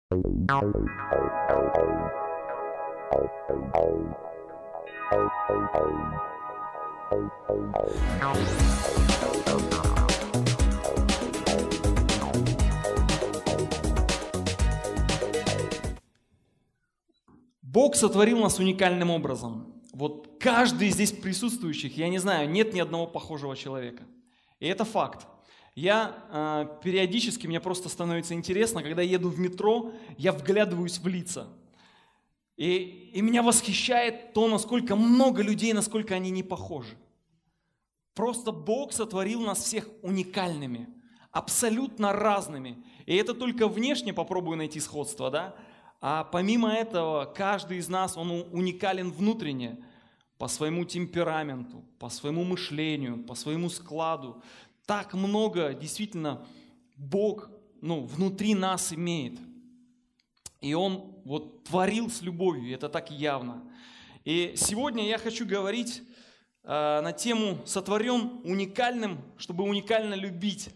Бог сотворил нас уникальным образом. Вот каждый из здесь присутствующих, я не знаю, нет ни одного похожего человека. И это факт. Периодически, мне просто становится интересно, когда я еду в метро, я вглядываюсь в лица. И меня восхищает то, насколько много людей, насколько они не похожи. Просто Бог сотворил нас всех уникальными, абсолютно разными. И это только внешне попробую найти сходство, да? А помимо этого, каждый из нас, он уникален внутренне, по своему темпераменту, по своему мышлению, по своему складу. Так много действительно Бог внутри нас имеет. И Он вот творил с любовью, это так явно. И сегодня я хочу говорить на тему «Сотворен уникальным, чтобы уникально любить».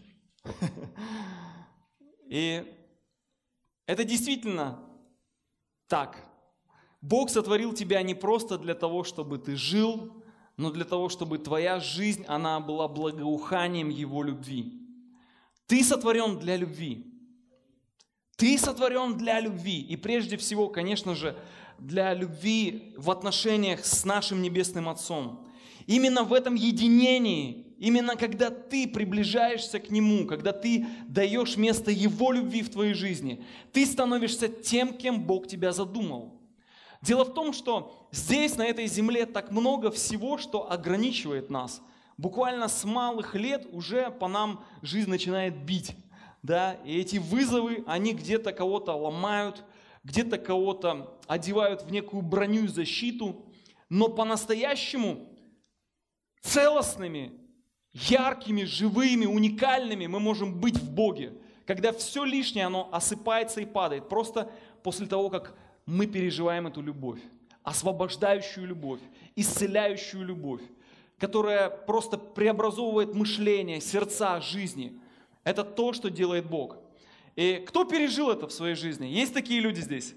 И это действительно так. Бог сотворил тебя не просто для того, чтобы ты жил, но для того, чтобы твоя жизнь, она была благоуханием Его любви. Ты сотворен для любви. Ты сотворен для любви. И прежде всего, конечно же, для любви в отношениях с нашим Небесным Отцом. Именно в этом единении, именно когда ты приближаешься к Нему, когда ты даешь место Его любви в твоей жизни, ты становишься тем, кем Бог тебя задумал. Дело в том, что здесь, на этой земле, так много всего, что ограничивает нас. Буквально с малых лет уже по нам жизнь начинает бить. Да? И эти вызовы, они где-то кого-то ломают, где-то кого-то одевают в некую броню и защиту. Но по-настоящему целостными, яркими, живыми, уникальными мы можем быть в Боге. Когда все лишнее, оно осыпается и падает. Просто после того, как мы переживаем эту любовь, освобождающую любовь, исцеляющую любовь, которая просто преобразовывает мышление, сердца, жизни. Это то, что делает Бог. И кто пережил это в своей жизни? Есть такие люди здесь?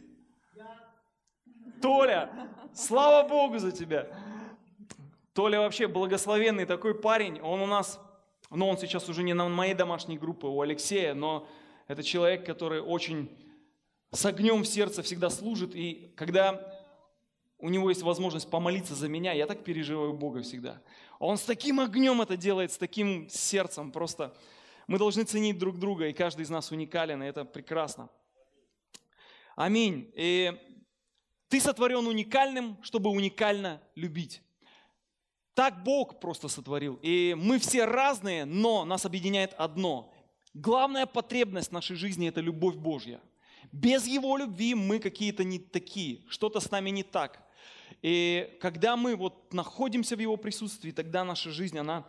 Толя, слава Богу за тебя. Толя вообще благословенный такой парень. Он у нас, он сейчас уже не на моей домашней группе, у Алексея, но это человек, который очень с огнем в сердце всегда служит, и когда у него есть возможность помолиться за меня, я так переживаю Бога всегда. Он с таким огнем это делает, с таким сердцем, просто мы должны ценить друг друга, и каждый из нас уникален, и это прекрасно. Аминь. И ты сотворен уникальным, чтобы уникально любить. Так Бог просто сотворил, и мы все разные, но нас объединяет одно. Главная потребность нашей жизни – это любовь Божья. Без Его любви мы какие-то не такие, что-то с нами не так. И когда мы вот находимся в Его присутствии, тогда наша жизнь, она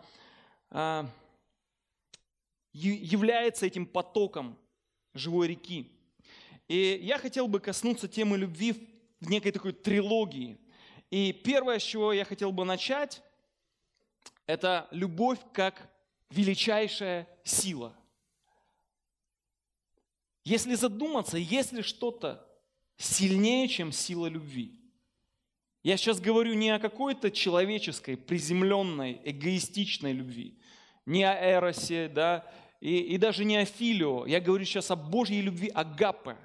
является этим потоком живой реки. И я хотел бы коснуться темы любви в некой такой трилогии. И первое, с чего я хотел бы начать, это любовь как величайшая сила. Если задуматься, есть ли что-то сильнее, чем сила любви? Я сейчас говорю не о какой-то человеческой, приземленной, эгоистичной любви, не о эросе, да, и даже не о филио. Я говорю сейчас о Божьей любви, агапе.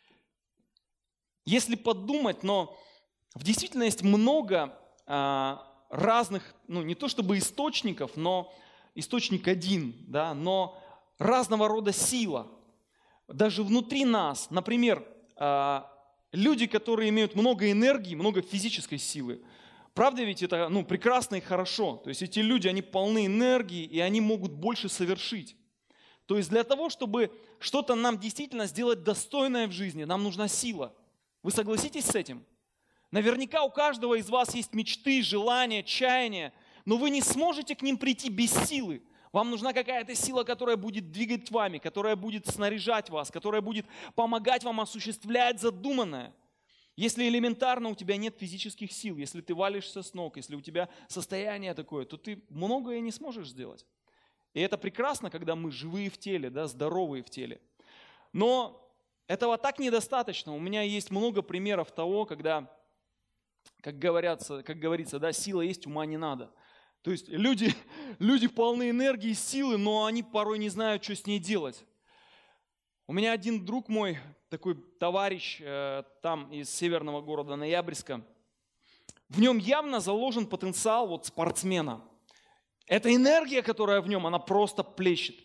Если подумать, но в действительности много разных, не то чтобы источников, но источник один, да, но разного рода сила. Даже внутри нас, например, люди, которые имеют много энергии, много физической силы, правда ведь это прекрасно и хорошо. То есть эти люди, они полны энергии, и они могут больше совершить. То есть для того, чтобы что-то нам действительно сделать достойное в жизни, нам нужна сила. Вы согласитесь с этим? Наверняка у каждого из вас есть мечты, желания, чаяния, но вы не сможете к ним прийти без силы. Вам нужна какая-то сила, которая будет двигать вами, которая будет снаряжать вас, которая будет помогать вам осуществлять задуманное. Если элементарно у тебя нет физических сил, если ты валишься с ног, если у тебя состояние такое, то ты многое не сможешь сделать. И это прекрасно, когда мы живые в теле, да, здоровые в теле. Но этого так недостаточно. У меня есть много примеров того, когда, как говорится, да, сила есть, ума не надо. То есть люди полны энергии, силы, но они порой не знают, что с ней делать. У меня один друг мой, такой товарищ там из северного города Ноябрьска, в нем явно заложен потенциал вот спортсмена. Эта энергия, которая в нем, она просто плещет.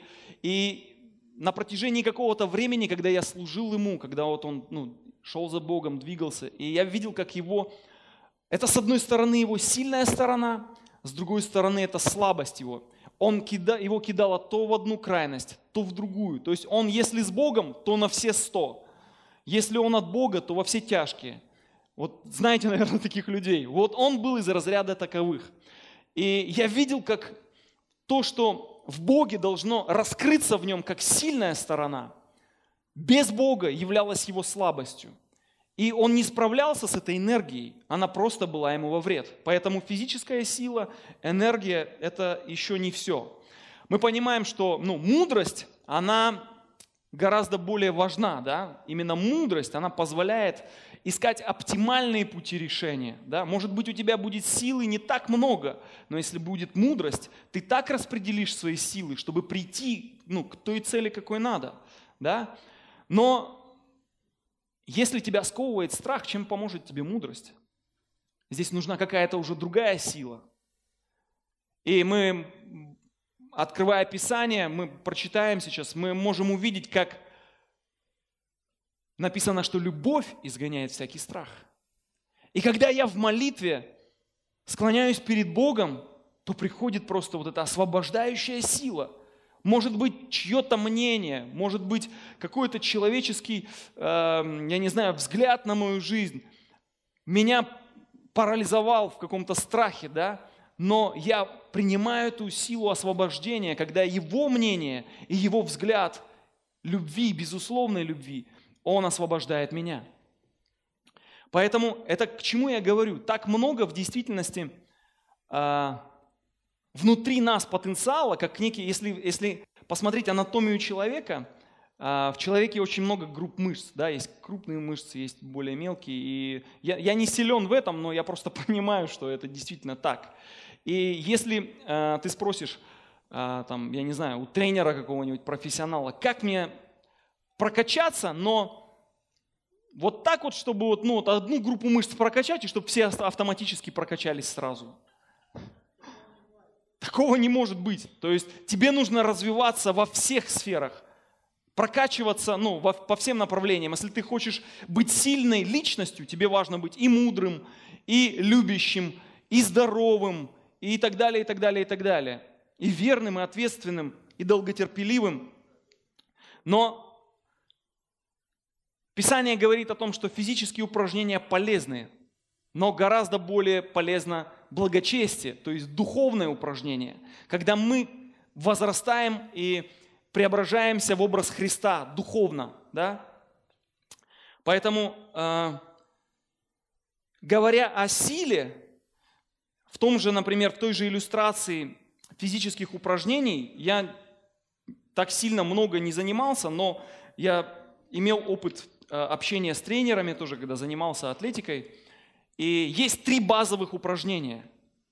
И на протяжении какого-то времени, когда я служил ему, когда вот он шел за Богом, двигался, и я видел, как это с одной стороны его сильная сторона, с другой стороны это слабость его. Его кидало то в одну крайность, то в другую. То есть он, если с Богом, то на все 100. Если он от Бога, то во все тяжкие. Вот знаете, наверное, таких людей. Вот он был из разряда таковых. И я видел, как то, что в Боге должно раскрыться в нем как сильная сторона, без Бога являлось его слабостью. И он не справлялся с этой энергией, она просто была ему во вред. Поэтому физическая сила, энергия – это еще не все. Мы понимаем, что мудрость, она гораздо более важна. Да? Именно мудрость, она позволяет искать оптимальные пути решения. Да? Может быть, у тебя будет силы не так много, но если будет мудрость, ты так распределишь свои силы, чтобы прийти к той цели, какой надо. Да? Но если тебя сковывает страх, чем поможет тебе мудрость? Здесь нужна какая-то уже другая сила. И мы, открывая Писание, мы прочитаем сейчас, мы можем увидеть, как написано, что любовь изгоняет всякий страх. И когда я в молитве склоняюсь перед Богом, то приходит просто вот эта освобождающая сила. Может быть, чье-то мнение, может быть, какой-то человеческий, взгляд на мою жизнь меня парализовал в каком-то страхе, да? Но я принимаю эту силу освобождения, когда его мнение и его взгляд любви, безусловной любви, он освобождает меня. Поэтому это к чему я говорю? Так много в действительности внутри нас потенциала, как некий, если посмотреть анатомию человека, в человеке очень много групп мышц, да, есть крупные мышцы, есть более мелкие, и я не силен в этом, но я просто понимаю, что это действительно так. И если ты спросишь, у тренера какого-нибудь профессионала, как мне прокачаться, но вот так вот, чтобы одну группу мышц прокачать, и чтобы все автоматически прокачались сразу. Такого не может быть. То есть тебе нужно развиваться во всех сферах, прокачиваться по всем направлениям. Если ты хочешь быть сильной личностью, тебе важно быть и мудрым, и любящим, и здоровым, и так далее, и так далее, и так далее. И верным, и ответственным, и долготерпеливым. Но Писание говорит о том, что физические упражнения полезны, но гораздо более полезно благочестие, то есть духовное упражнение, когда мы возрастаем и преображаемся в образ Христа духовно. Да? Поэтому, говоря о силе, в той же иллюстрации физических упражнений, я так сильно много не занимался, но я имел опыт общения с тренерами тоже, когда занимался атлетикой. И есть 3 базовых упражнения.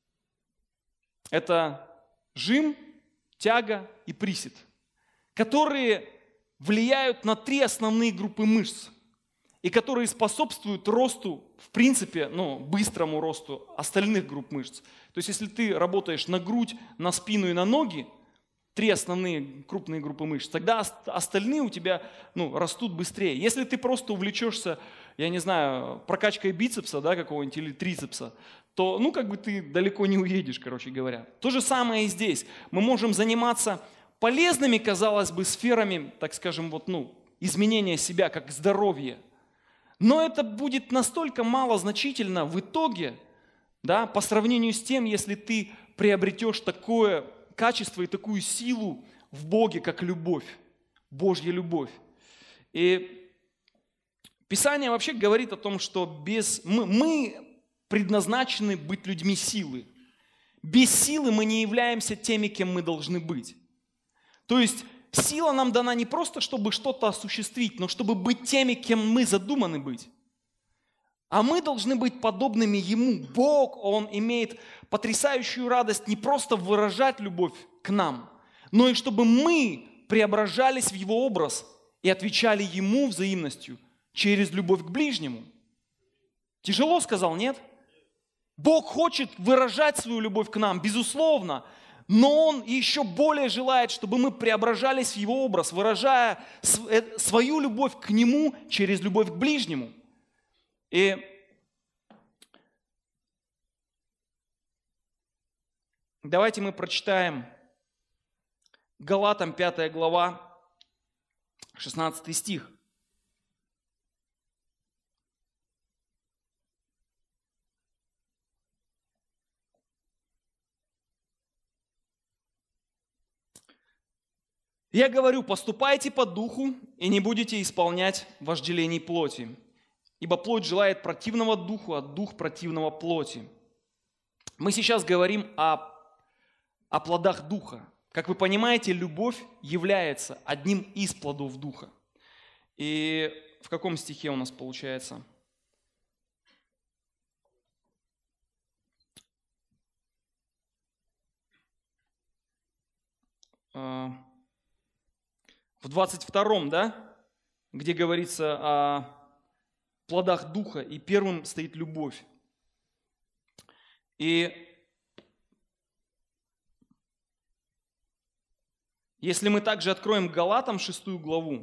Это жим, тяга и присед, которые влияют на 3 основные группы мышц и которые способствуют росту, в принципе, быстрому росту остальных групп мышц. То есть, если ты работаешь на грудь, на спину и на ноги, 3 основные крупные группы мышц, тогда остальные у тебя растут быстрее. Если ты просто увлечешься, прокачкой бицепса, да, какого-нибудь или трицепса, то, ты далеко не уедешь, короче говоря. То же самое и здесь. Мы можем заниматься полезными, казалось бы, сферами, так скажем, изменения себя, как здоровье. Но это будет настолько малозначительно в итоге, да, по сравнению с тем, если ты приобретешь такое качество и такую силу в Боге, как любовь, Божья любовь. И Писание вообще говорит о том, что мы предназначены быть людьми силы. Без силы мы не являемся теми, кем мы должны быть. То есть сила нам дана не просто, чтобы что-то осуществить, но чтобы быть теми, кем мы задуманы быть. А мы должны быть подобными Ему. Бог, Он имеет потрясающую радость не просто выражать любовь к нам, но и чтобы мы преображались в Его образ и отвечали Ему взаимностью через любовь к ближнему. Тяжело сказал, нет? Бог хочет выражать свою любовь к нам, безусловно, но Он еще более желает, чтобы мы преображались в Его образ, выражая свою любовь к Нему через любовь к ближнему. И давайте мы прочитаем Галатам 5 глава, 16 стих. «Я говорю, поступайте по духу и не будете исполнять вожделений плоти, ибо плоть желает противного духу, а дух противного плоти». Мы сейчас говорим о плодах духа. Как вы понимаете, любовь является одним из плодов духа. И в каком стихе у нас получается? В 22-м, да? Где говорится о плодах духа, и первым стоит любовь. И если мы также откроем Галатам 6 главу,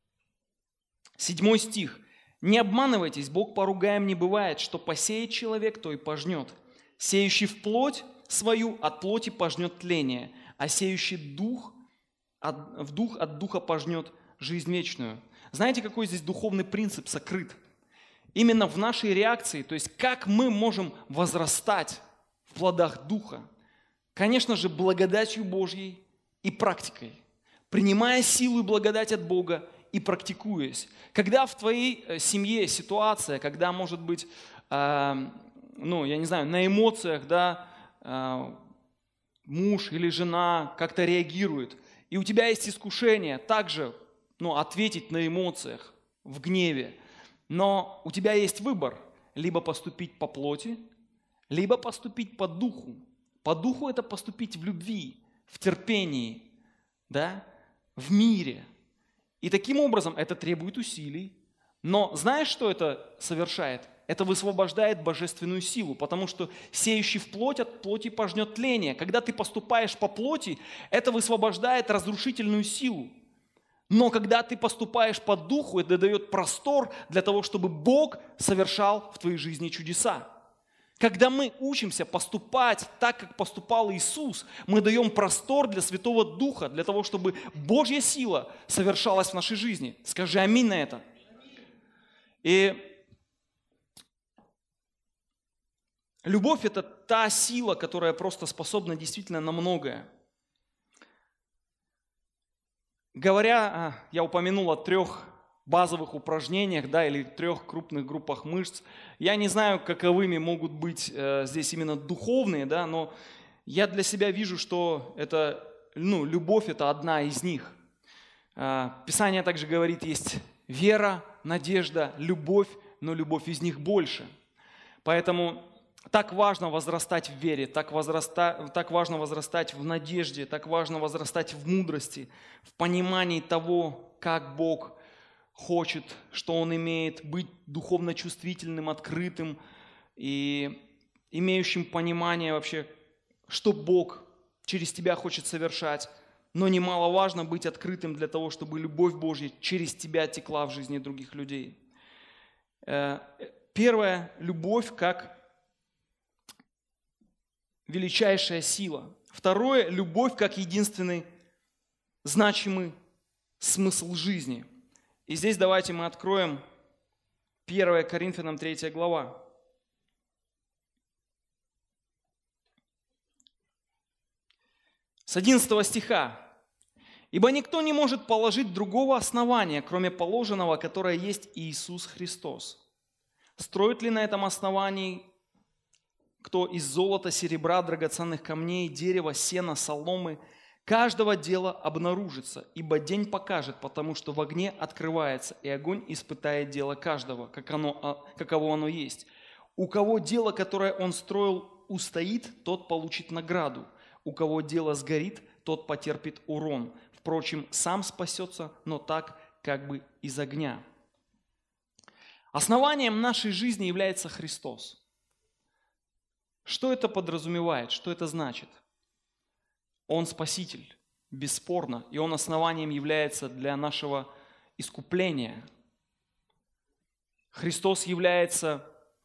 7 стих. «Не обманывайтесь, Бог поругаем не бывает, что посеет человек, то и пожнет. Сеющий в плоть свою от плоти пожнет тление, а сеющий в дух от духа пожнет жизнь вечную». Знаете, какой здесь духовный принцип сокрыт? Именно в нашей реакции, то есть как мы можем возрастать в плодах духа. Конечно же, благодатью Божьей и практикой, принимая силу и благодать от Бога и практикуясь. Когда в твоей семье ситуация, когда, может быть, я не знаю, на эмоциях, да, муж или жена как-то реагирует, и у тебя есть искушение также, ответить на эмоциях, в гневе, но у тебя есть выбор, либо поступить по плоти, либо поступить по духу. По духу это поступить в любви, в терпении, да, в мире. И таким образом это требует усилий. Но знаешь, что это совершает? Это высвобождает божественную силу, потому что сеющий в плоть от плоти пожнет тление. Когда ты поступаешь по плоти, это высвобождает разрушительную силу. Но когда ты поступаешь по духу, это дает простор для того, чтобы Бог совершал в твоей жизни чудеса. Когда мы учимся поступать так, как поступал Иисус, мы даем простор для Святого Духа, для того, чтобы Божья сила совершалась в нашей жизни. Скажи аминь на это. И любовь – это та сила, которая просто способна действительно на многое. Говоря, я упомянул о 3 базовых упражнениях, да, или 3 крупных группах мышц. Я не знаю, каковыми могут быть здесь именно духовные, да, но я для себя вижу, что это, любовь – это одна из них. Писание также говорит, есть вера, надежда, любовь, но любовь из них больше. Поэтому так важно возрастать в вере, так важно возрастать в надежде, так важно возрастать в мудрости, в понимании того, как Бог хочет, что Он имеет, быть духовно чувствительным, открытым и имеющим понимание вообще, что Бог через тебя хочет совершать. Но немаловажно быть открытым для того, чтобы любовь Божья через тебя текла в жизни других людей. Первое – любовь как величайшая сила. Второе – любовь как единственный значимый смысл жизни. И здесь давайте мы откроем 1 Коринфянам 3 глава. С 11 стиха. «Ибо никто не может положить другого основания, кроме положенного, которое есть Иисус Христос. Строит ли на этом основании кто из золота, серебра, драгоценных камней, дерева, сена, соломы? каждого дела обнаружится, ибо день покажет, потому что в огне открывается, и огонь испытает дело каждого, каково оно есть. У кого дело, которое он строил, устоит, тот получит награду. У кого дело сгорит, тот потерпит урон. Впрочем, сам спасется, но так, как бы из огня. Основанием нашей жизни является Христос. Что это подразумевает? Что это значит? Он Спаситель, бесспорно, и Он основанием является для нашего искупления. Христос является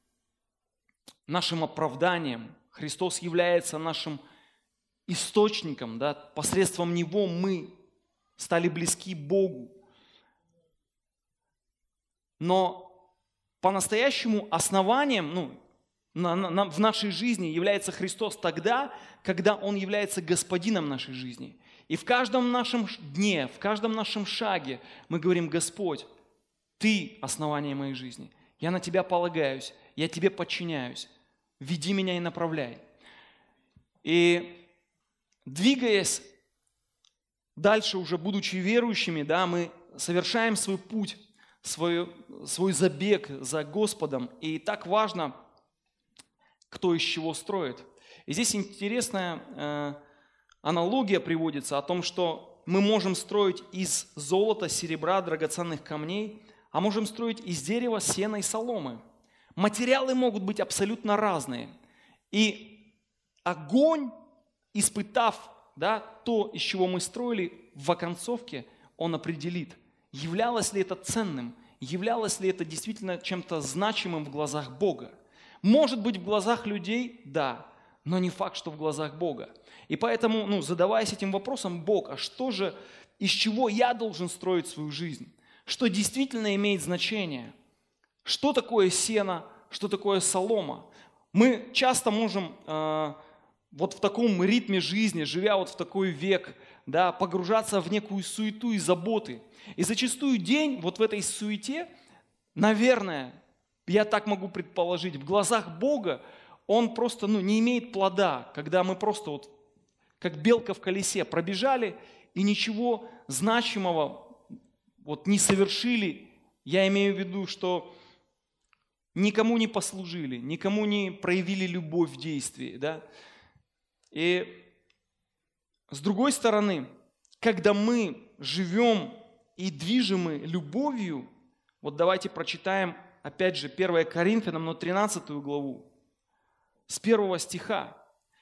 нашим оправданием, Христос является нашим источником, да? Посредством Него мы стали близки Богу. Но по-настоящему основанием в нашей жизни является Христос тогда, когда Он является господином нашей жизни. И в каждом нашем дне, в каждом нашем шаге мы говорим: Господь, Ты основание моей жизни. Я на Тебя полагаюсь, я Тебе подчиняюсь. Веди меня и направляй. И двигаясь дальше, уже будучи верующими, да, мы совершаем свой путь, свой забег за Господом. И так важно, кто из чего строит. И здесь интересная аналогия приводится о том, что мы можем строить из золота, серебра, драгоценных камней, а можем строить из дерева, сена и соломы. Материалы могут быть абсолютно разные. И огонь, испытав, да, то, из чего мы строили, в оконцовке он определит, являлось ли это ценным, являлось ли это действительно чем-то значимым в глазах Бога. Может быть, в глазах людей, да, но не факт, что в глазах Бога. И поэтому, задаваясь этим вопросом: Бог, а что же, из чего я должен строить свою жизнь? Что действительно имеет значение? Что такое сено? Что такое солома? Мы часто можем вот в таком ритме жизни, живя вот в такой век, да, погружаться в некую суету и заботы. И зачастую день вот в этой суете, наверное, я так могу предположить, в глазах Бога он просто не имеет плода, когда мы просто вот как белка в колесе пробежали и ничего значимого вот не совершили. Я имею в виду, что никому не послужили, никому не проявили любовь в действии. Да? И с другой стороны, когда мы живем и движимы любовью, вот давайте прочитаем опять же 1 Коринфянам, 13 главу, с 1 стиха.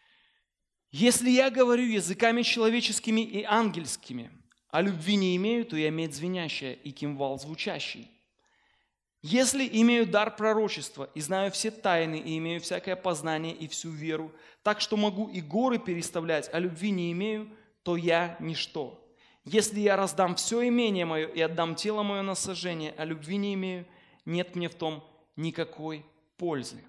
«Если я говорю языками человеческими и ангельскими, а любви не имею, то я медь звенящая и кимвал звучащий. Если имею дар пророчества и знаю все тайны, и имею всякое познание и всю веру, так что могу и горы переставлять, а любви не имею, то я ничто. Если я раздам все имение мое и отдам тело мое на сожжение, а любви не имею, нет мне в том никакой пользы».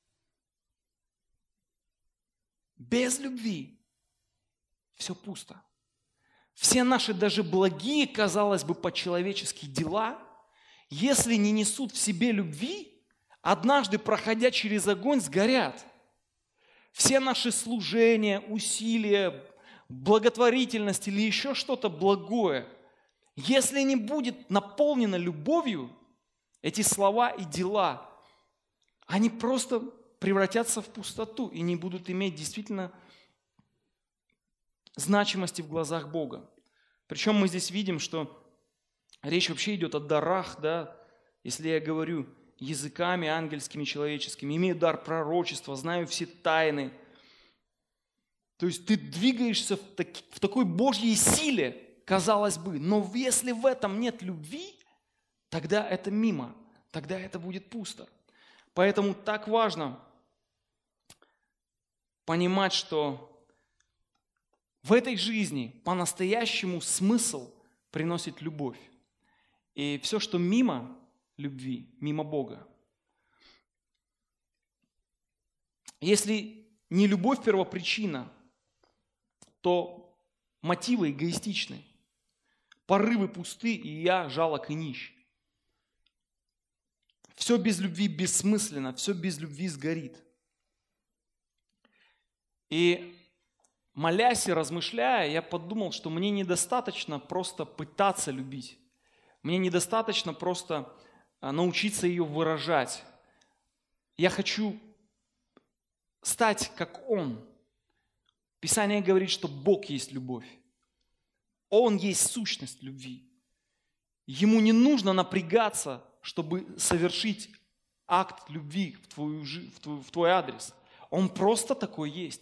Без любви все пусто. Все наши даже благие, казалось бы, по-человечески дела, если не несут в себе любви, однажды, проходя через огонь, сгорят. Все наши служения, усилия, благотворительность или еще что-то благое, если не будет наполнено любовью, эти слова и дела, они просто превратятся в пустоту и не будут иметь действительно значимости в глазах Бога. Причем мы здесь видим, что речь вообще идет о дарах, да? Если я говорю языками ангельскими, человеческими, имею дар пророчества, знаю все тайны. То есть ты двигаешься в такой Божьей силе, казалось бы, но если в этом нет любви, тогда это мимо, тогда это будет пусто. Поэтому так важно понимать, что в этой жизни по-настоящему смысл приносит любовь. И все, что мимо любви, мимо Бога. Если не любовь первопричина, то мотивы эгоистичны, порывы пусты, и я жалок и нищ. Все без любви бессмысленно, все без любви сгорит. И молясь и размышляя, я подумал, что мне недостаточно просто пытаться любить. Мне недостаточно просто научиться ее выражать. Я хочу стать как Он. Писание говорит, что Бог есть любовь. Он есть сущность любви. Ему не нужно напрягаться, чтобы совершить акт любви в твой адрес. Он просто такой есть.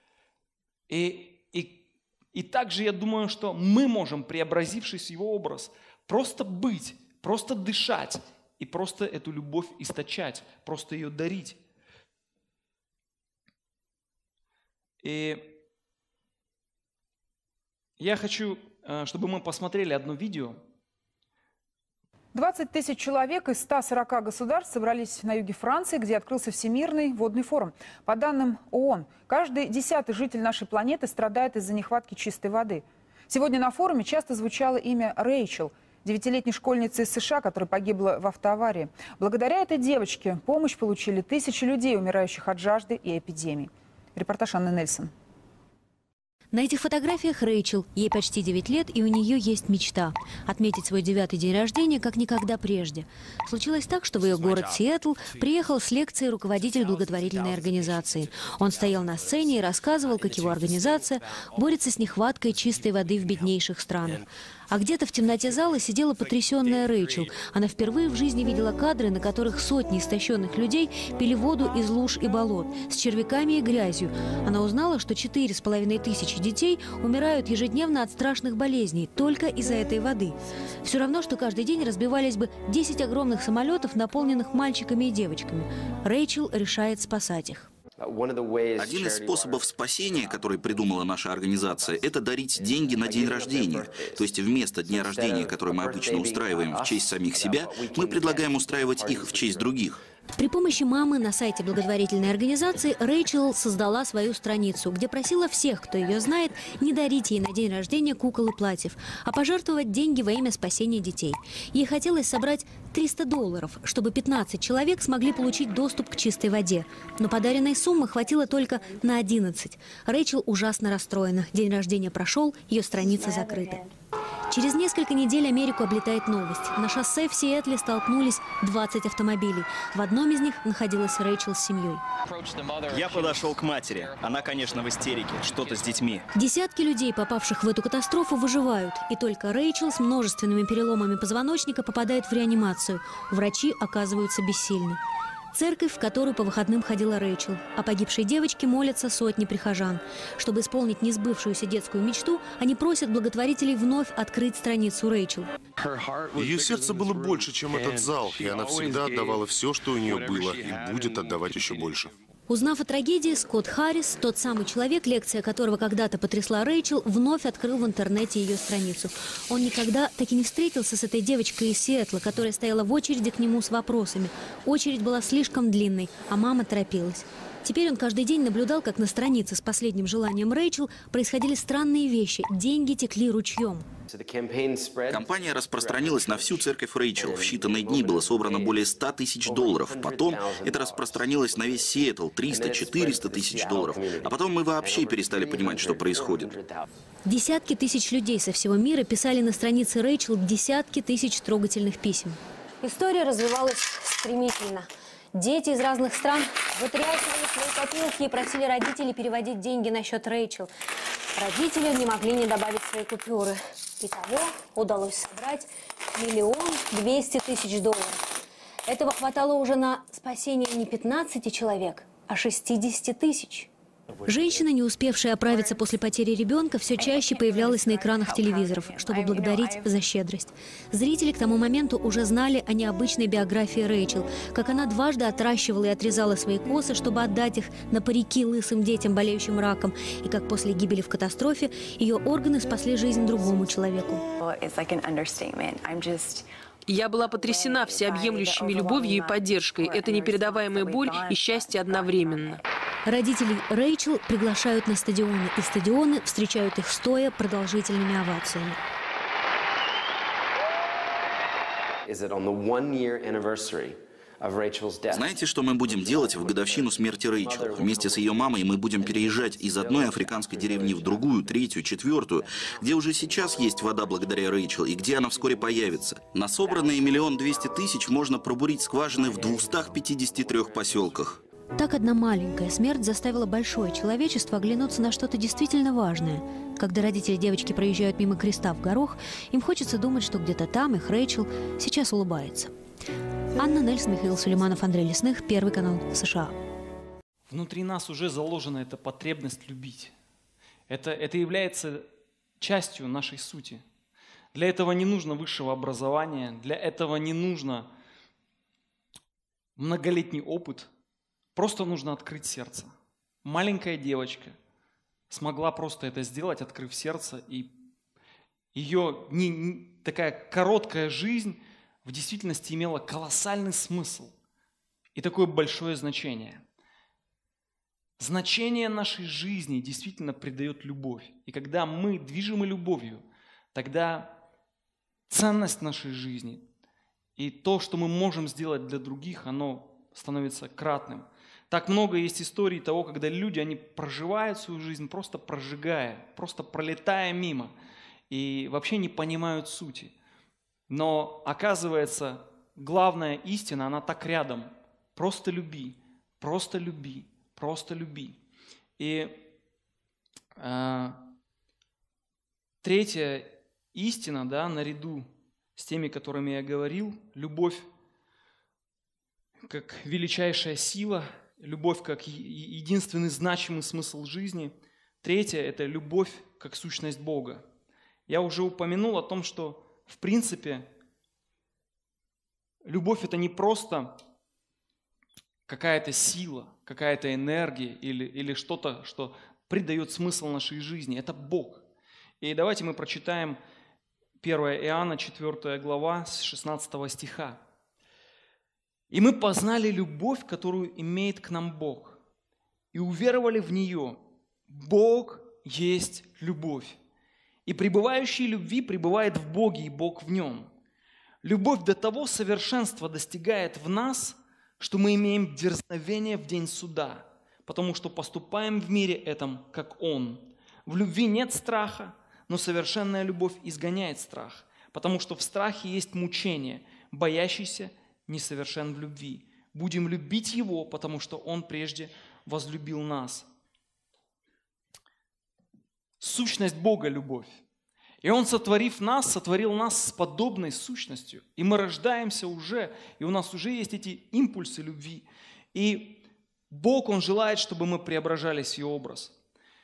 И также я думаю, что мы можем, преобразившись в Его образ, просто быть, просто дышать и просто эту любовь источать, просто ее дарить. И я хочу, чтобы мы посмотрели одно видео. 20 тысяч человек из 140 государств собрались на юге Франции, где открылся Всемирный водный форум. По данным ООН, каждый 10-й житель нашей планеты страдает из-за нехватки чистой воды. Сегодня на форуме часто звучало имя Рэйчел, 9-летней школьницы из США, которая погибла в автоаварии. Благодаря этой девочке помощь получили тысячи людей, умирающих от жажды и эпидемий. Репортаж Анны Нельсон. На этих фотографиях Рэйчел. Ей почти 9 лет, и у нее есть мечта – отметить свой 9-й день рождения, как никогда прежде. Случилось так, что в ее город Сиэтл приехал с лекцией руководитель благотворительной организации. Он стоял на сцене и рассказывал, как его организация борется с нехваткой чистой воды в беднейших странах. А где-то в темноте зала сидела потрясенная Рэйчел. Она впервые в жизни видела кадры, на которых сотни истощенных людей пили воду из луж и болот, с червяками и грязью. Она узнала, что 4500 детей умирают ежедневно от страшных болезней только из-за этой воды. Все равно, что каждый день разбивались бы 10 огромных самолетов, наполненных мальчиками и девочками. Рэйчел решает спасать их. Один из способов спасения, который придумала наша организация, это дарить деньги на день рождения. То есть вместо дня рождения, который мы обычно устраиваем в честь самих себя, мы предлагаем устраивать их в честь других. При помощи мамы на сайте благотворительной организации Рэйчел создала свою страницу, где просила всех, кто ее знает, не дарить ей на день рождения кукол и платьев, а пожертвовать деньги во имя спасения детей. Ей хотелось собрать $300, чтобы 15 человек смогли получить доступ к чистой воде. Но подаренной суммы хватило только на 11. Рэйчел ужасно расстроена. День рождения прошел, ее страница закрыта. Через несколько недель Америку облетает новость. На шоссе в Сиэтле столкнулись 20 автомобилей. В одном из них находилась Рэйчел с семьей. Я подошел к матери. Она, конечно, в истерике. Что-то с детьми. Десятки людей, попавших в эту катастрофу, выживают. И только Рэйчел с множественными переломами позвоночника попадает в реанимацию. Врачи оказываются бессильны. Церковь, в которую по выходным ходила Рэйчел. О погибшей девочке молятся сотни прихожан. Чтобы исполнить несбывшуюся детскую мечту, они просят благотворителей вновь открыть страницу Рэйчел. Ее сердце было больше, чем этот зал, и она всегда отдавала все, что у нее было, и будет отдавать еще больше. Узнав о трагедии, Скотт Харрис, тот самый человек, лекция которого когда-то потрясла Рэйчел, вновь открыл в интернете ее страницу. Он никогда так и не встретился с этой девочкой из Сиэтла, которая стояла в очереди к нему с вопросами. Очередь была слишком длинной, а мама торопилась. Теперь он каждый день наблюдал, как на странице с последним желанием Рэйчел происходили странные вещи. Деньги текли ручьем. Компания распространилась на всю церковь Рэйчел. В считанные дни было собрано более $100 тысяч. Потом это распространилось на весь Сиэтл – 300-400 тысяч долларов. А потом мы вообще перестали понимать, что происходит. Десятки тысяч людей со всего мира писали на странице Рэйчел десятки тысяч трогательных писем. История развивалась стремительно. Дети из разных стран вытряхивали свои копилки и просили родителей переводить деньги на счет Рэйчел. Родители не могли не добавить свои купюры. Итого удалось собрать $1 200 000. Этого хватало уже на спасение не 15 человек, а 60 тысяч. Женщина, не успевшая оправиться после потери ребенка, все чаще появлялась на экранах телевизоров, чтобы благодарить за щедрость. Зрители к тому моменту уже знали о необычной биографии Рэйчел, как она дважды отращивала и отрезала свои косы, чтобы отдать их на парики лысым детям, болеющим раком, и как после гибели в катастрофе ее органы спасли жизнь другому человеку. Я была потрясена всеобъемлющими любовью и поддержкой. Это непередаваемая боль и счастье одновременно. Родителей Рэйчел приглашают на стадионы, и стадионы встречают их стоя продолжительными овациями. Знаете, что мы будем делать в годовщину смерти Рэйчел? Вместе с ее мамой мы будем переезжать из одной африканской деревни в другую, третью, четвертую, где уже сейчас есть вода благодаря Рэйчел и где она вскоре появится. На собранные 1 200 000 можно пробурить скважины в 253 поселках. Так одна маленькая смерть заставила большое человечество оглянуться на что-то действительно важное. Когда родители девочки проезжают мимо креста в горох, им хочется думать, что где-то там их Рэйчел сейчас улыбается. Анна Нельс, Михаил Сулейманов, Андрей Лесных, Первый канал, США. Внутри нас уже заложена эта потребность любить. Это является частью нашей сути. Для этого не нужно высшего образования, для этого не нужно многолетний опыт. Просто нужно открыть сердце. Маленькая девочка смогла просто это сделать, открыв сердце, и ее такая короткая жизнь в действительности имела колоссальный смысл и такое большое значение. Значение нашей жизни действительно придает любовь. И когда мы движимы любовью, тогда ценность нашей жизни и то, что мы можем сделать для других, оно становится кратным. Так много есть историй того, когда люди, они проживают свою жизнь, просто прожигая, просто пролетая мимо и вообще не понимают сути. Но оказывается, главная истина, она так рядом. Просто люби, просто люби, просто люби. И третья истина, да, наряду с теми, которыми я говорил, любовь как величайшая сила, любовь как единственный значимый смысл жизни. Третье – это любовь как сущность Бога. Я уже упомянул о том, что в принципе любовь – это не просто какая-то сила, какая-то энергия или что-то, что придает смысл нашей жизни. Это Бог. И давайте мы прочитаем 1 Иоанна, 4 глава, с 16 стиха. «И мы познали любовь, которую имеет к нам Бог, и уверовали в нее. Бог есть любовь. И пребывающий в любви пребывает в Боге, и Бог в нем. Любовь до того совершенства достигает в нас, что мы имеем дерзновение в день суда, потому что поступаем в мире этом, как Он. В любви нет страха, но совершенная любовь изгоняет страх, потому что в страхе есть мучение, боящийся несовершен в любви. Будем любить Его, потому что Он прежде возлюбил нас». Сущность Бога – любовь. И Он, сотворив нас, сотворил нас с подобной сущностью. И мы рождаемся уже, и у нас уже есть эти импульсы любви. И Бог, Он желает, чтобы мы преображались в Его образ.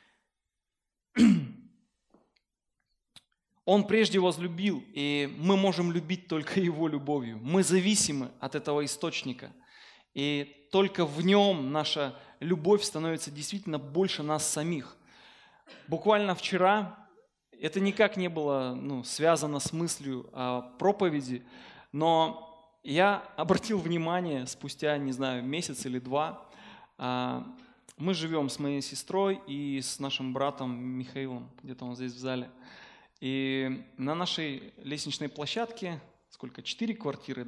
Он прежде возлюбил, и мы можем любить только Его любовью. Мы зависимы от этого источника. И только в Нем наша любовь становится действительно больше нас самих. Буквально вчера, это никак не было связано с мыслью о проповеди, но я обратил внимание спустя, не знаю, месяц или два, мы живем с моей сестрой и с нашим братом Михаилом, где-то он здесь в зале. И на нашей лестничной площадке, 4 квартиры,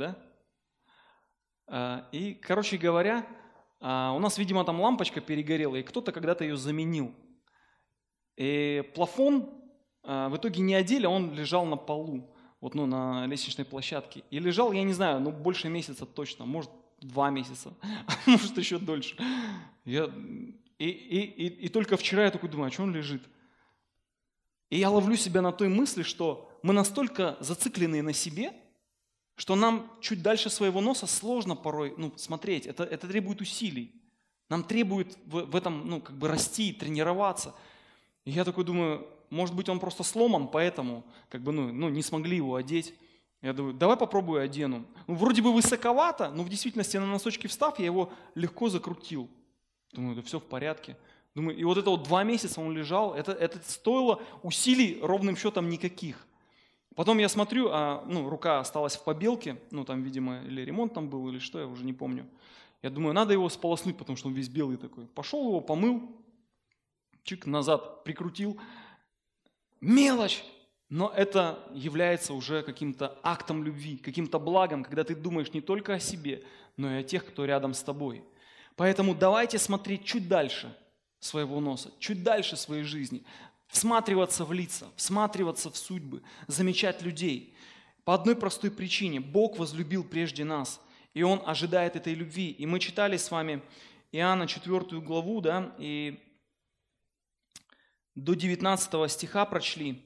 да? И, короче говоря, у нас, видимо, там лампочка перегорела, и кто-то когда-то ее заменил. И плафон в итоге не одели, он лежал на полу, на лестничной площадке. И лежал, я не знаю, больше месяца точно, может 2 месяца, а может еще дольше. И только вчера я такой думаю, а что он лежит? И я ловлю себя на той мысли, что мы настолько зациклены на себе, что нам чуть дальше своего носа сложно порой смотреть. Это требует усилий. Нам требует в этом расти, тренироваться. И я такой думаю, может быть, он просто сломан, поэтому не смогли его одеть. Я думаю, давай попробую одену. Вроде бы высоковато, но в действительности на носочки встав, я его легко закрутил. Думаю, да все в порядке. Думаю, и это 2 месяца он лежал, это стоило усилий ровным счетом никаких. Потом я смотрю, рука осталась в побелке, там, видимо, или ремонт там был, или что, я уже не помню. Я думаю, надо его сполоснуть, потому что он весь белый такой. Пошел его, помыл, чик, назад прикрутил. Мелочь, Но это является уже каким-то актом любви, каким-то благом, когда ты думаешь не только о себе, но и о тех, кто рядом с тобой. Поэтому давайте смотреть чуть дальше своего носа, чуть дальше своей жизни, всматриваться в лица, всматриваться в судьбы, замечать людей. По одной простой причине. Бог возлюбил прежде нас, и Он ожидает этой любви. И мы читали с вами Иоанна 4 главу, да, и до 19 стиха прочли.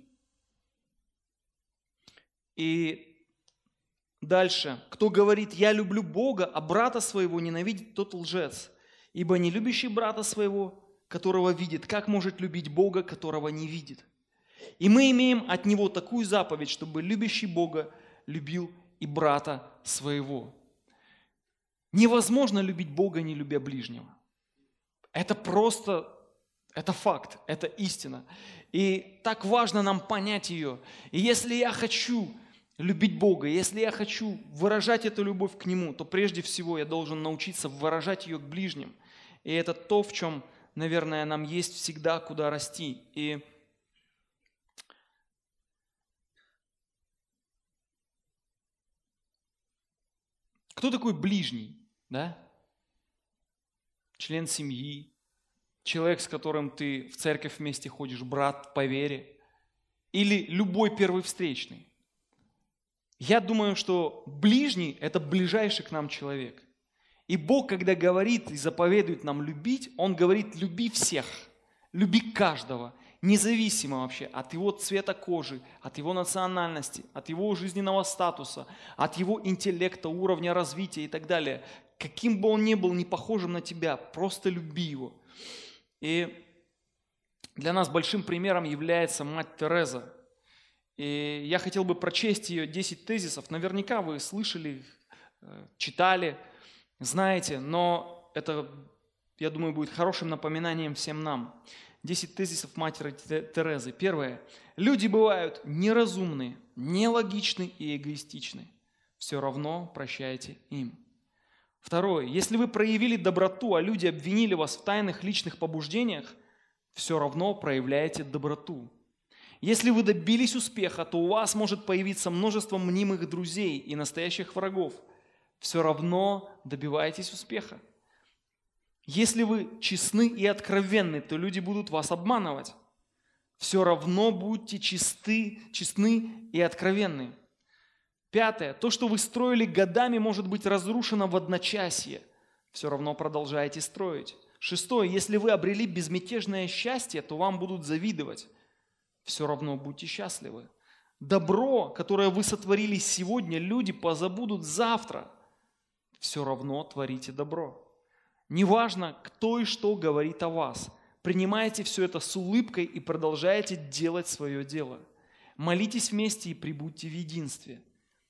И дальше. «Кто говорит, я люблю Бога, а брата своего ненавидит, тот лжец. Ибо не любящий брата своего, которого видит, как может любить Бога, которого не видит? И мы имеем от Него такую заповедь, чтобы любящий Бога любил и брата своего». Невозможно любить Бога, не любя ближнего. Это просто, это факт, это истина. И так важно нам понять ее. И если я хочу любить Бога, если я хочу выражать эту любовь к Нему, то прежде всего я должен научиться выражать ее к ближним. И это то, в чем, наверное, нам есть всегда куда расти. И кто такой ближний? Да? Член семьи, человек, с которым ты в церковь вместе ходишь, брат по вере, или любой первый встречный. Я думаю, что ближний – это ближайший к нам человек. И Бог, когда говорит и заповедует нам любить, Он говорит: люби всех, люби каждого, независимо вообще от его цвета кожи, от его национальности, от его жизненного статуса, от его интеллекта, уровня развития и так далее. Каким бы он ни был, не похожим на тебя, просто люби его. И для нас большим примером является мать Тереза. И я хотел бы прочесть ее 10 тезисов. Наверняка вы слышали, читали, знаете, но это, я думаю, будет хорошим напоминанием всем нам. 10 тезисов матери Терезы. Первое. Люди бывают неразумны, нелогичны и эгоистичны. Все равно прощайте им. Второе. Если вы проявили доброту, а люди обвинили вас в тайных личных побуждениях, все равно проявляете доброту. Если вы добились успеха, то у вас может появиться множество мнимых друзей и настоящих врагов. Все равно добиваетесь успеха. Если вы честны и откровенны, то люди будут вас обманывать. Все равно будьте честны и откровенны. Пятое. То, что вы строили годами, может быть разрушено в одночасье. Все равно продолжайте строить. Шестое. Если вы обрели безмятежное счастье, то вам будут завидовать. Все равно будьте счастливы. Добро, которое вы сотворили сегодня, люди позабудут завтра. Все равно творите добро. Неважно, кто и что говорит о вас. Принимайте все это с улыбкой и продолжайте делать свое дело. Молитесь вместе и пребудьте в единстве.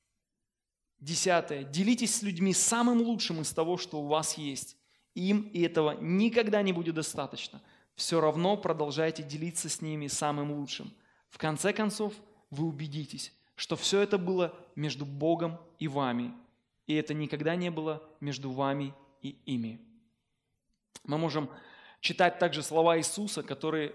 10. Делитесь с людьми самым лучшим из того, что у вас есть. Им и этого никогда не будет достаточно. Все равно продолжайте делиться с ними самым лучшим. В конце концов, вы убедитесь, что все это было между Богом и вами. И это никогда не было между вами и ими. Мы можем читать также слова Иисуса, который,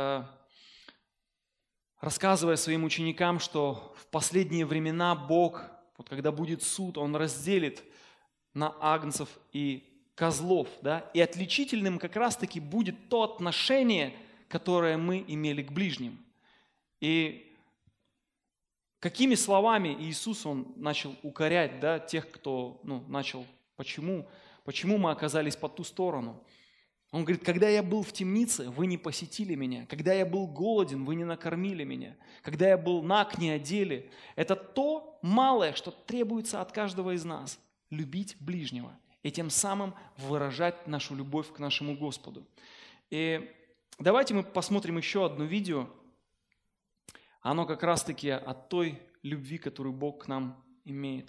рассказывая своим ученикам, что в последние времена Бог, вот когда будет суд, Он разделит на агнцев и козлов, да? И отличительным как раз-таки будет то отношение, которое мы имели к ближним. И какими словами Иисус, Он начал укорять, да, тех, кто начал, почему мы оказались по ту сторону. Он говорит: когда я был в темнице, вы не посетили меня. Когда я был голоден, вы не накормили меня. Когда я был наг, не одели. Это то малое, что требуется от каждого из нас. Любить ближнего. И тем самым выражать нашу любовь к нашему Господу. И давайте мы посмотрим еще одно видео. Оно как раз-таки от той любви, которую Бог к нам имеет.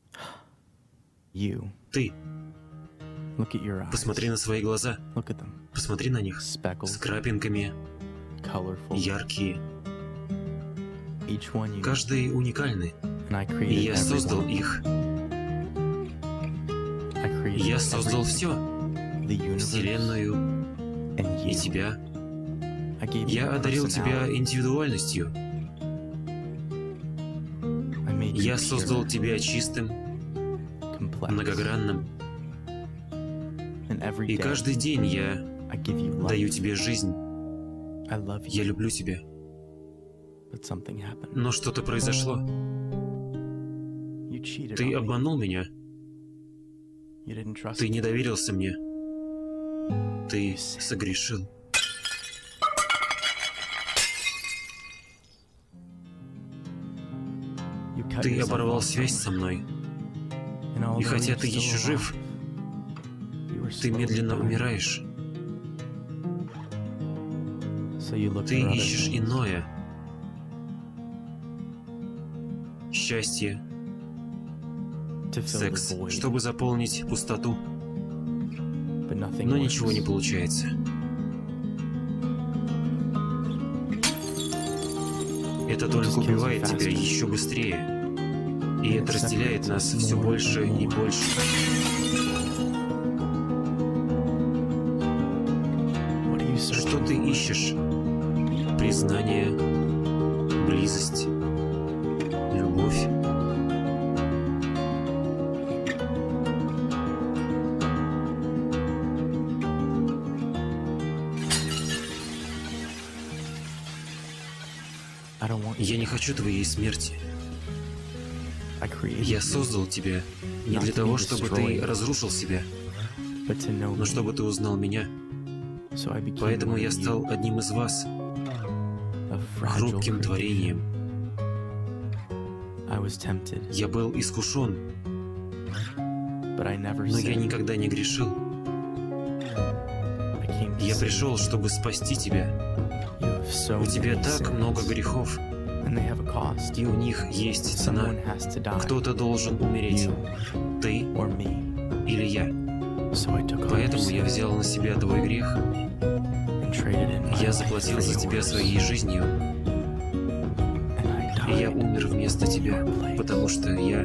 Ты. Посмотри на свои глаза. Посмотри на них. С крапинками. Яркие. Каждый уникальный. И я создал их. Я создал все. Вселенную и тебя. Я одарил тебя индивидуальностью. Я создал тебя чистым, многогранным. И каждый день я даю тебе жизнь. Я люблю тебя. Но что-то произошло. Ты обманул меня. Ты не доверился мне. Ты согрешил. Ты оборвал связь со мной. И хотя ты еще жив, ты медленно умираешь. Ты ищешь иное. Счастье. Секс, чтобы заполнить пустоту. Но ничего не получается. Это только убивает тебя еще быстрее. И это разделяет нас все больше и больше. Что ты ищешь? Признание, близость, любовь. Я не хочу твоей смерти. Я создал тебя не для того, чтобы ты разрушил себя, но чтобы ты узнал меня. Поэтому я стал одним из вас, хрупким творением. Я был искушен, но я никогда не грешил. Я пришел, чтобы спасти тебя. У тебя так много грехов, и у них есть цена. Кто-то должен умереть, ты или я. Поэтому я взял на себя твой грех. Я заплатил за тебя своей жизнью. И я умер вместо тебя, потому что я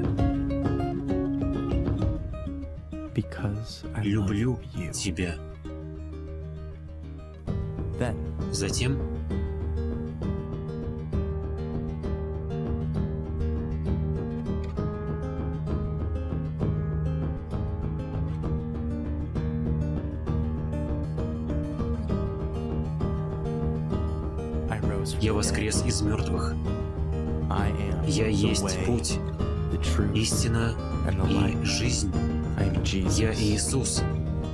люблю тебя. Затем я воскрес из мертвых. Я есть путь, истина и жизнь. Я Иисус.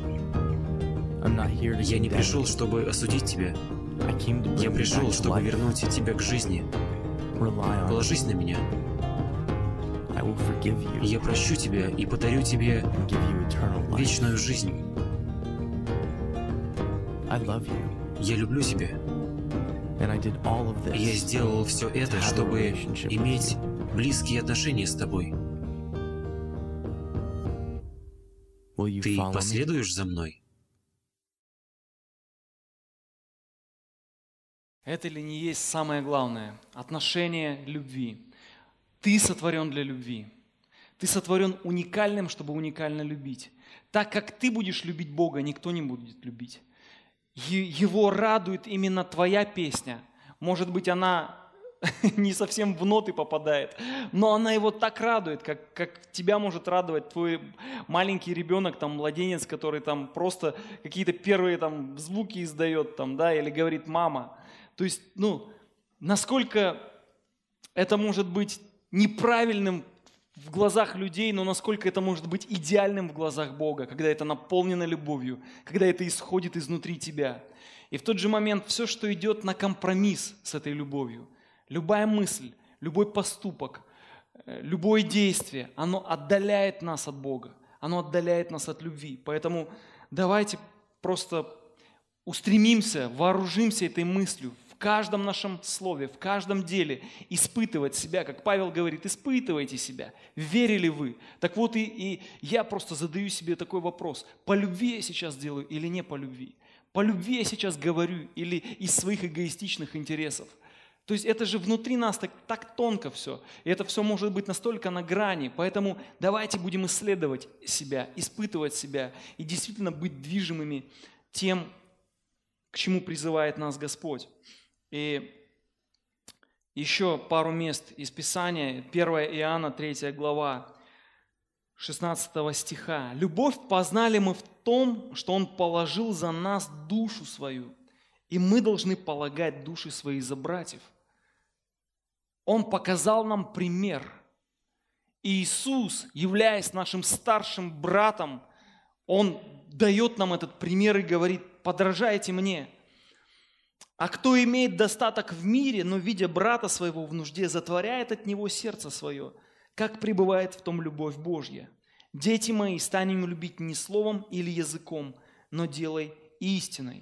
Я не пришел, чтобы осудить тебя. Я пришел, чтобы вернуть тебя к жизни. Положись на меня. Я прощу тебя и подарю тебе вечную жизнь. Я люблю тебя. Я сделал все это, чтобы иметь близкие отношения с тобой. Ты последуешь за мной? Это ли не есть самое главное? Отношение любви. Ты сотворен для любви. Ты сотворен уникальным, чтобы уникально любить. Так как ты будешь любить Бога, никто не будет любить. Его радует именно твоя песня. Может быть, она не совсем в ноты попадает, но она его так радует, как тебя может радовать твой маленький ребенок, там, младенец, который там просто какие-то первые там звуки издает, там, да, или говорит «мама». То есть, насколько это может быть неправильным в глазах людей, но насколько это может быть идеальным в глазах Бога, когда это наполнено любовью, когда это исходит изнутри тебя. И в тот же момент все, что идет на компромисс с этой любовью, любая мысль, любой поступок, любое действие, оно отдаляет нас от Бога, оно отдаляет нас от любви. Поэтому давайте просто устремимся, вооружимся этой мыслью, в каждом нашем слове, в каждом деле испытывать себя, как Павел говорит, испытывайте себя, верили вы. Так вот и я просто задаю себе такой вопрос, по любви я сейчас делаю или не по любви? По любви я сейчас говорю или из своих эгоистичных интересов. То есть это же внутри нас так тонко все. И это все может быть настолько на грани. Поэтому давайте будем исследовать себя, испытывать себя и действительно быть движимыми тем, к чему призывает нас Господь. И еще пару мест из Писания. 1 Иоанна, 3 глава, 16 стиха. «Любовь познали мы в том, что Он положил за нас душу свою, и мы должны полагать души свои за братьев». Он показал нам пример. И Иисус, являясь нашим старшим братом, Он дает нам этот пример и говорит: подражайте мне. А кто имеет достаток в мире, но, видя брата своего в нужде, затворяет от него сердце свое, как пребывает в том любовь Божья. Дети мои, станем любить не словом или языком, но делай истиной.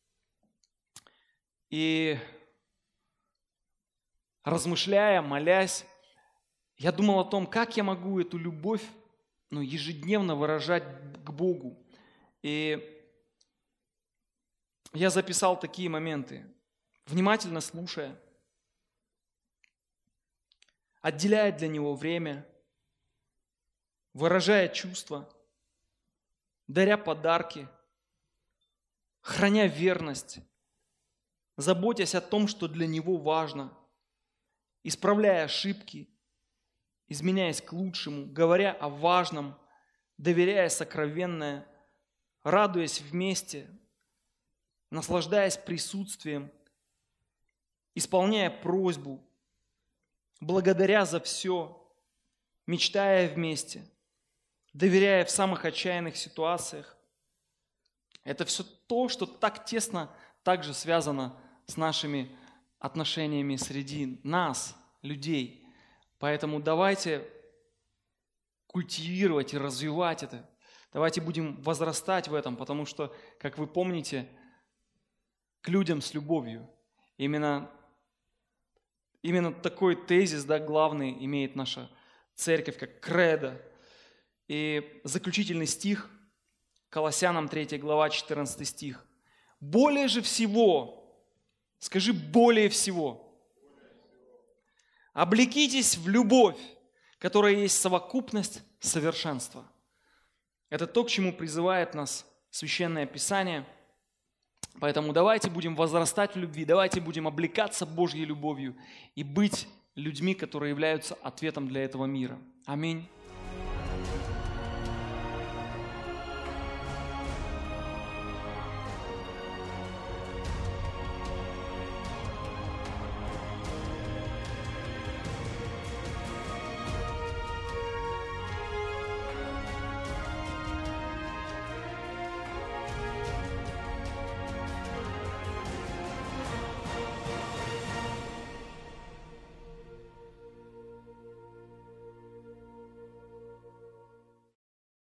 И размышляя, молясь, я думал о том, как я могу эту любовь ежедневно выражать к Богу. И я записал такие моменты, внимательно слушая, отделяя для Него время, выражая чувства, даря подарки, храня верность, заботясь о том, что для Него важно, исправляя ошибки, изменяясь к лучшему, говоря о важном, доверяя сокровенное, радуясь вместе, наслаждаясь присутствием, исполняя просьбу, благодаря за все, мечтая вместе, доверяя в самых отчаянных ситуациях. Это все то, что так тесно также связано с нашими отношениями среди нас, людей. Поэтому давайте культивировать и развивать это. Давайте будем возрастать в этом, потому что, как вы помните, к людям с любовью. Именно такой тезис, главный имеет наша церковь, как кредо. И заключительный стих, Колоссянам 3 глава, 14 стих. «Более же всего», скажи «более всего», «облекитесь в любовь, которая есть совокупность совершенства». Это то, к чему призывает нас Священное Писание. Поэтому давайте будем возрастать в любви, давайте будем облекаться Божьей любовью и быть людьми, которые являются ответом для этого мира. Аминь.